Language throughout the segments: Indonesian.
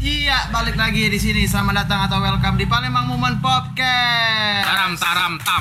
Iya, balik lagi di sini. Selamat datang atau welcome di Palembang Movement Podcast. Taram tam.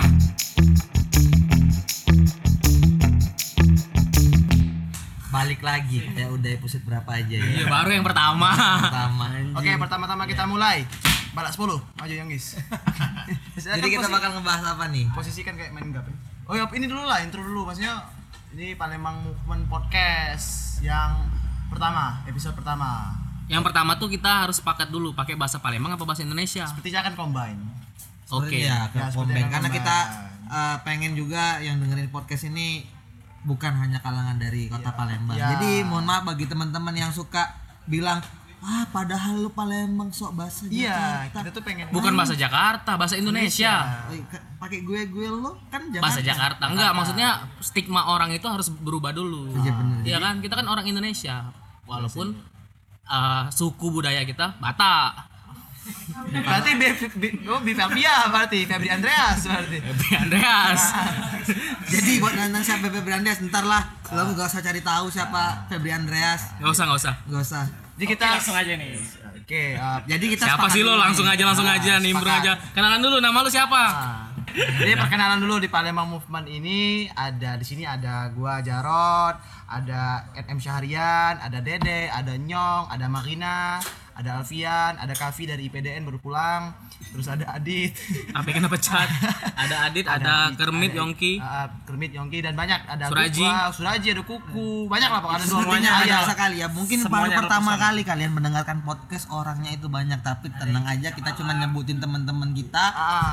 Balik lagi. Ya udah episode berapa aja ya? Iya, baru yang pertama. Oke, pertama-tama kita mulai. Balak 10. Maju yang guys. Jadi kita bakal ngebahas apa nih? Posisikan kayak main gap. Oh ya, ini dulu lah, intro dulu. Maksudnya ini Palembang Movement Podcast yang pertama, episode pertama. Yang pertama tuh kita harus sepakat dulu pakai bahasa Palembang apa bahasa Indonesia. Sepertinya akan combine. Oke. Ya, Ya, combine. seperti Karena yang kita combine. pengen juga yang dengerin podcast ini bukan hanya kalangan dari kota Palembang. Ya. Jadi mohon maaf bagi teman-teman yang suka bilang, "Wah, padahal lu Palembang sok bahasa Iya, Jakarta." kita tuh pengen Bukan bahasa Jakarta, bahasa Indonesia. Pakai gue lo kan Jakarta. Bahasa Jakarta. Enggak, maksudnya stigma orang itu harus berubah dulu. Iya benar. Iya kan? Kita kan orang Indonesia. Walaupun suku budaya kita Batak. Berarti Bivia berarti Febri Andreas berarti. Andreas. Jadi buat nanya siapa Febri Andreas, ntar lah lo gak usah cari tahu siapa Febri Andreas, Enggak usah. gak usah. Jadi kita Langsung aja nih. Oke, Jadi kita Siapa sepakat sih lo? dulu Langsung nih. aja nimbrung sepakat. aja. Kenalan dulu, nama lu siapa? Jadi perkenalan dulu di Palembang Movement ini ada di sini ada gua Jarod, ada NM Syahrian, ada Dede, ada Nyong, ada Marina, ada Alfian, ada Kavi dari IPDN baru pulang, terus ada Adit. Apa yang kena pecat? Ada Adit, ada Kermit, Yongki. Kermit, Yongki dan banyak ada Suraji. Suraji ada Kuku, banyak lah pokoknya ada Sepertinya semuanya banyak ada. sekali ya. Mungkin baru pertama kali kalian mendengarkan podcast orangnya itu banyak, tapi tenang aja kita cuma nyebutin teman-teman kita.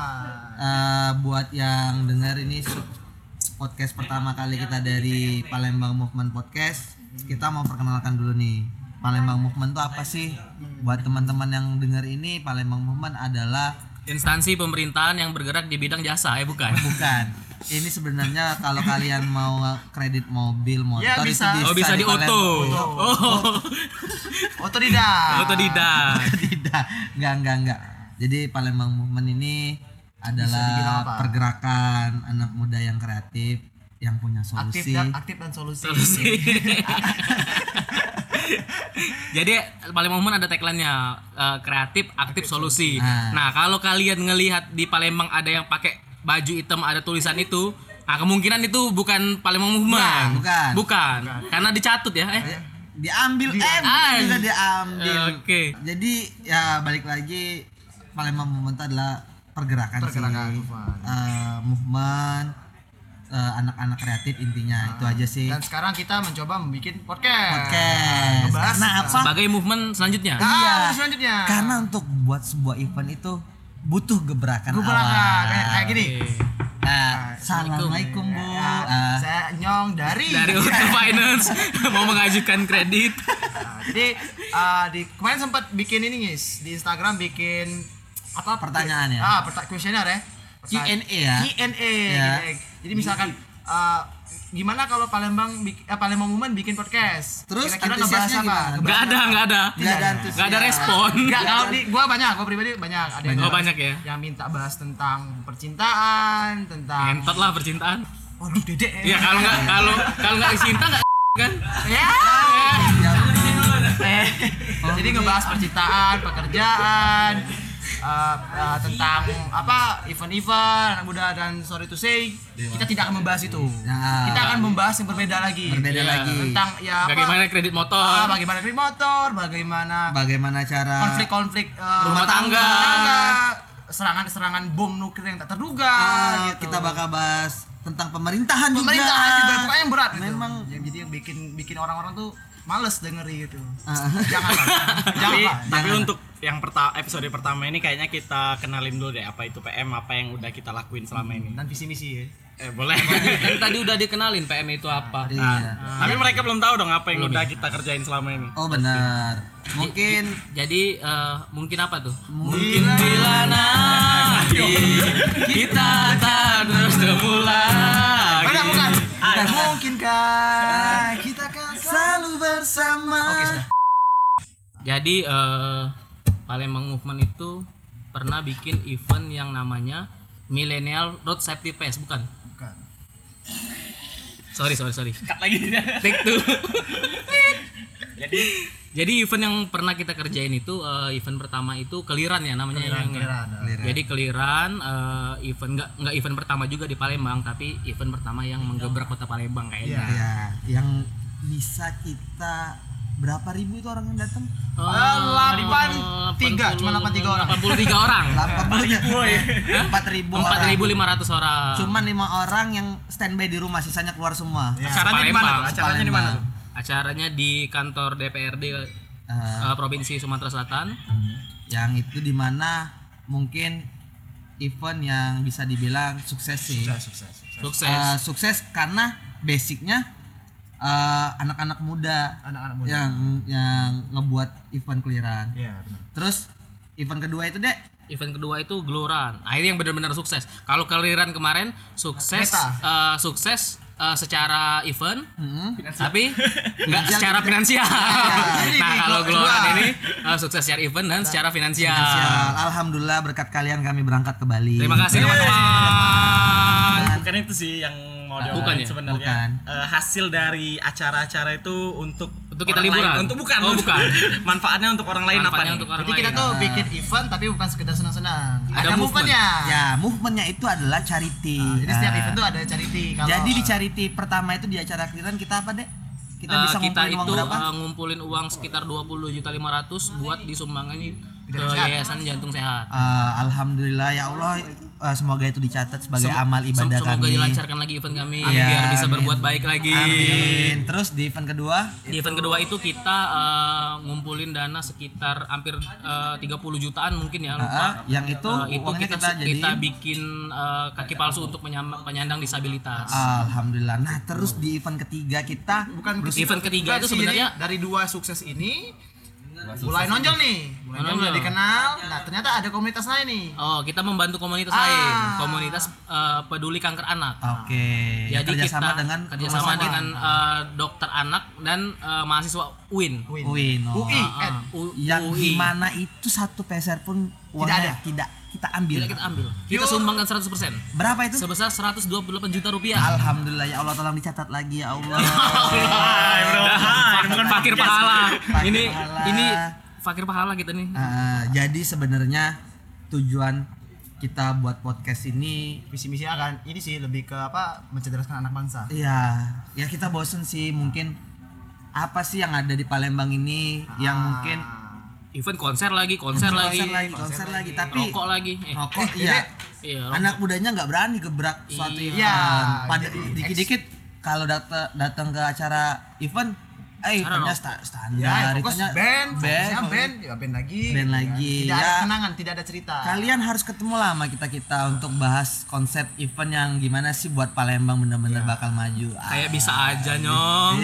Buat yang dengar ini podcast pertama kali kita dari Palembang Movement Podcast, kita mau perkenalkan dulu nih. Palembang Movement itu apa sih? Buat teman-teman yang dengar ini, Palembang Movement adalah Instansi pemerintahan yang bergerak di bidang jasa, bukan? bukan. Ini sebenarnya kalau kalian mau kredit mobil, motor Ya, bisa. itu Bisa di Palembang. Oto. Oh. Otodidak. Otodidak. Tidak, enggak. Jadi Palembang Movement ini dibilang adalah apa? pergerakan anak muda yang kreatif, yang punya solusi. Aktif dan solusi. Jadi Palembang Movement ada tagline-nya kreatif, aktif, solusi. Nah. Nah, kalau kalian ngelihat di Palembang ada yang pakai baju hitam ada tulisan itu, nah kemungkinan itu bukan Palembang Movement. Bukan. Karena dicatut ya. Diambil Ah. juga diambil. Oke. Jadi ya balik lagi, Palembang Movement itu adalah pergerakan sih. Movement anak-anak kreatif intinya itu aja sih. Dan sekarang kita mencoba membuat podcast. Karena Ngebahas kita. apa? Sebagai movement selanjutnya. Iya. Selanjutnya. Karena untuk buat sebuah event itu butuh gebrakan awal. Kayak gini. Assalamualaikum Bu. Saya Nyong dari Auto Finance mau mengajukan kredit. Jadi di kemarin sempat bikin ini guys di Instagram bikin apa Pertanyaan ya? Kuesioner ya. Q&A ya? Q&A. Ya. Jadi misalkan gimana kalau Palembang Movement bikin podcast? Terus Kira-kira antusiasnya ngebahas apa? gimana? Gak ada. antusias. Gak ada respon. Enggak, kalau gua banyak, gua pribadi banyak. Ada yang Oh, banyak ya. yang minta bahas tentang percintaan, tentang Entot lah percintaan. waduh dedek Ya kalau nggak dicinta nggak kan? ya. Jadi ngebahas percintaan, pekerjaan, tentang apa event-event anak muda dan sorry to say kita tidak akan membahas itu. Nah. Kita akan membahas yang berbeda lagi. Berbeda lagi. Tentang ya apa? Bagaimana kredit motor? Bagaimana kredit motor, Bagaimana cara konflik-konflik Rumah tangga. serangan-serangan bom nuklir yang tak terduga gitu. kita bakal bahas tentang pemerintahan juga. Pokoknya yang berat gitu. Memang yang jadi yang bikin orang-orang tuh males dengerin gitu. Ah. Jangan. Tapi untuk yang episode pertama ini kayaknya kita kenalin dulu deh apa itu PM, apa yang udah kita lakuin selama ini. Dan visi misi ya. Boleh. Kan tadi udah dikenalin PM itu apa. Iya. Tapi mereka belum tahu dong apa yang udah kita kerjain selama ini. Oh benar. Mungkin Jadi mungkin apa tuh? Mungkin bila nanti kita tak bertemu lagi. Bukan. Mungkinkah kita akan selalu bersama. Oke, sudah. Jadi Palembang Movement itu pernah bikin event yang namanya Millennial Road Safety Fest, bukan? Bukan. Sorry. Cut lagi. Take two. Jadi Jadi event yang pernah kita kerjain itu event pertama itu Keliran ya namanya. Keliran. Jadi Keliran event nggak event pertama juga di Palembang, tapi event pertama yang menggebrak kota Palembang kayaknya. Ya, yang bisa kita berapa ribu itu orang yang datang? 83 cuma 83 orang. 83 orang. 4.500 orang. Cuman 5 orang yang standby di rumah, sisanya keluar semua. Acaranya di mana? Acaranya di mana? Acaranya di kantor DPRD Provinsi Sumatera Selatan. Yang itu dimana mungkin event yang bisa dibilang sukses sih. Sukses karena basicnya anak-anak muda yang ngebuat event Keliran. Iya, benar. Terus event kedua itu Dek, Event kedua itu Gloran. Nah, ini yang benar-benar sukses. Kalau Keliran kemarin sukses sukses secara event, tapi nggak secara finansial. Nah, kalau Gloran ini sukses secara event dan secara finansial. Alhamdulillah berkat kalian kami berangkat ke Bali. Terima kasih teman-teman. Bukan itu sih yang mau Bukan diomongin ya? sebenarnya. Bukan. Hasil dari acara-acara itu untuk kita orang liburan. lain. Untuk bukan. Manfaatnya Manfaatnya untuk orang lain apa Manfaatnya nih? untuk orang Jadi kita lain. tuh bikin event tapi bukan sekedar senang-senang. Ada Ada movementnya. Ya, movementnya itu adalah charity. Jadi setiap event tuh ada charity. Jadi di charity pertama itu di acara Keliran kita apa Dek? Kita bisa kita ngumpulin uang itu berapa? ngumpulin uang sekitar 20.500.000 buat disumbangkan ke Yayasan Jantung Sehat. Alhamdulillah ya Allah, semoga itu dicatat sebagai amal ibadah Semoga kami. dilancarkan lagi event kami Iya, biar bisa amin. berbuat baik lagi. Amin. Terus di event kedua Di event kedua itu kita ngumpulin dana sekitar hampir 30 jutaan mungkin ya lupa. yang itu Itu uangnya kita kita jadiin bikin kaki palsu untuk penyandang disabilitas. Alhamdulillah. Nah, terus di event ketiga kita bukan Event ketiga itu sih, sebenarnya- jadi dari 2 sukses ini mulai nonjol nih, mulai dikenal. Nah, ternyata ada komunitas lain nih. Oh, kita membantu komunitas lain, komunitas peduli kanker anak. Oke. Jadi kerjasama kita dengan kerjasama rumah sakit. dengan dokter anak dan mahasiswa UIN. UIN. UI. Yang UI. dimana itu satu peser pun uangnya tidak kita ambil. Tidak kita ambil. Kita sumbangkan 100%. Berapa itu? Sebesar 128 juta rupiah. Alhamdulillah ya Allah, tolong dicatat lagi ya Allah. Bukan fakir pahala. Ini pahala. fakir pahala kita nih. Jadi sebenarnya tujuan kita buat podcast ini Misi-misi akan ini sih lebih ke apa? Mencerdaskan anak bangsa. ya kita bosen sih, mungkin apa sih yang ada di Palembang ini yang mungkin Event konser lagi, konser lagi, tapi rokok lagi. rokok iya. Iya, Anak mudanya nggak berani gebrak suatu event. Iya. Pada dikit-dikit kalau datang ke acara event, eventnya standar. Ya, fokus Eventnya band, ya band lagi. Band lagi. Tidak ada Ya. kenangan, tidak ada cerita. Kalian harus ketemu lah sama kita untuk bahas konsep event yang gimana sih buat Palembang bener-bener bakal maju. Kayak bisa aja nyong.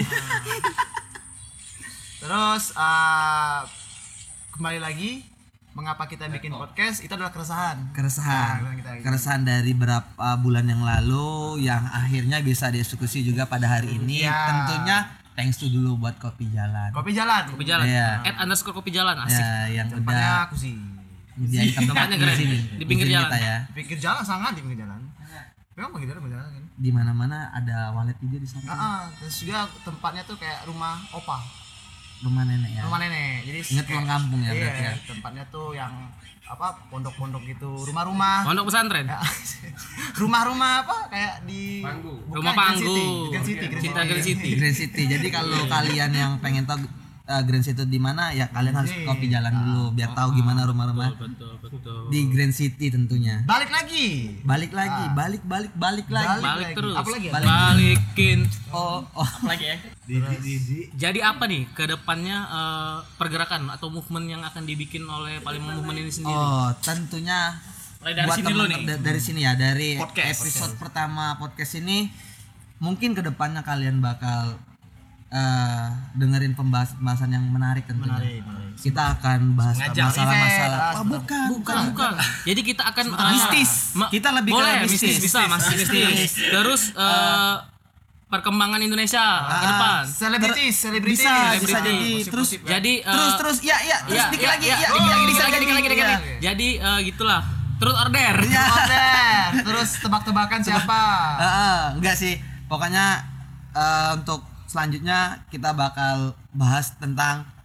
Terus kembali lagi, mengapa kita bikin podcast? Itu adalah keresahan. Keresahan dari berapa bulan yang lalu yang akhirnya bisa dieksekusi juga pada hari ini. Ya. Tentunya thanks to dulu buat Kopi Jalan. Kopi jalan. Kopi jalan. Iya. @_kopi jalan asik. Ya, yang Tempatnya udah aku sih. nyediain tempat Tempatnya di keren. sini Di pinggir jalan. kita ya. Pinggir jalan, sangat di pinggir jalan. Memang pinggir jalan kan. Di mana-mana ada walet juga di sana. Terus juga tempatnya tuh kayak rumah opa, Rumah nenek ya. rumah nenek. Jadi Ingat pulang kampung ya berarti Iya, ya. tempatnya tuh yang apa pondok-pondok gitu, rumah-rumah. Pondok pesantren. Ya, rumah-rumah apa kayak di bukan, Rumah Grand panggung. City, Grand City, Cinta Grand City. Grand City. Jadi kalau kalian yang pengen tahu Grand City di mana ya kalian harus ke Kopi Jalan dulu biar tahu gimana rumah-rumah Betul. di Grand City tentunya. Balik lagi. Balik lagi, balik lagi. Balik lagi. terus. Apa lagi ya? Balikin. Oh, Lagi ya. Jadi apa nih ke depannya pergerakan atau movement yang akan dibikin oleh Palembang Movement ini sendiri? oh, tentunya Mulai dari buat sini dulu temen- nih. dari sini ya, dari Podcast. episode pertama podcast ini mungkin kedepannya kalian bakal dengerin pembahasan yang menarik tentunya. Menarik. Kita akan bahas Ngajak masalah-masalah. event, Oh, Bukan. Jadi kita akan Mistis. Kita lebih ke boleh mistis. bisa mistis. Terus perkembangan Indonesia ke depan. Selebritis. Bisa jadi. Terus Jadi terus ya terus dikit lagi ya dikit lagi. Jadi gitulah. Terus order. Order. Terus tebak-tebakan siapa? Enggak sih. Pokoknya untuk selanjutnya kita bakal bahas tentang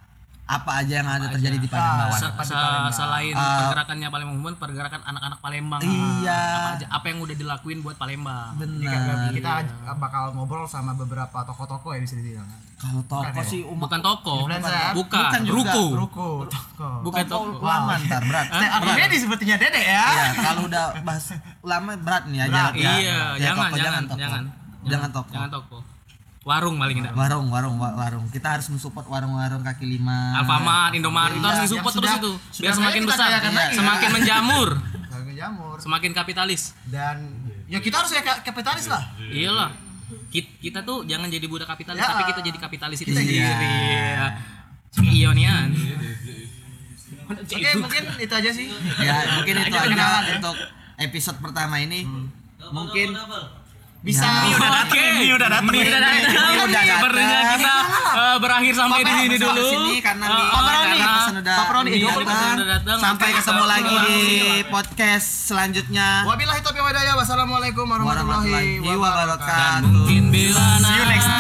apa aja yang ada terjadi di Palembang. Selain pergerakannya Palembang Movement, pergerakan anak-anak Palembang. Iya. Apa yang udah dilakuin buat Palembang. Benar. Kita bakal ngobrol sama beberapa tokoh-tokoh ya di sini. Kalau toko sih Bukan toko. Bukan juga. Ruko, toko. Bukan toko. Ulama ntar berat. Ini sepertinya Dede ya. Iya, kalau udah bahas ulama berat nih aja. Iya, jangan toko. Jangan toko. Warung paling enggak. Warung. Kita harus mensupport warung-warung kaki lima. Alfamart, Indomaret itu harus disupport terus itu. Biar semakin besar, semakin menjamur. Semakin kapitalis. Dan ya kita harus kapitalis lah. Iyalah. Kita tuh jangan jadi budak kapitalis, tapi kita jadi kapitalis itu sendiri. Ionian. Oke, mungkin itu aja sih. Ya, mungkin itu aja untuk episode pertama ini. Mungkin bisa Ini udah datang. Sepertinya kita berakhir sampai di sini dulu. Karena Pak Proni datang. Sampai ketemu lagi di podcast selanjutnya. Wabillahi taufiq wal hidayah. Wassalamualaikum warahmatullahi wabarakatuh. Mungkin bila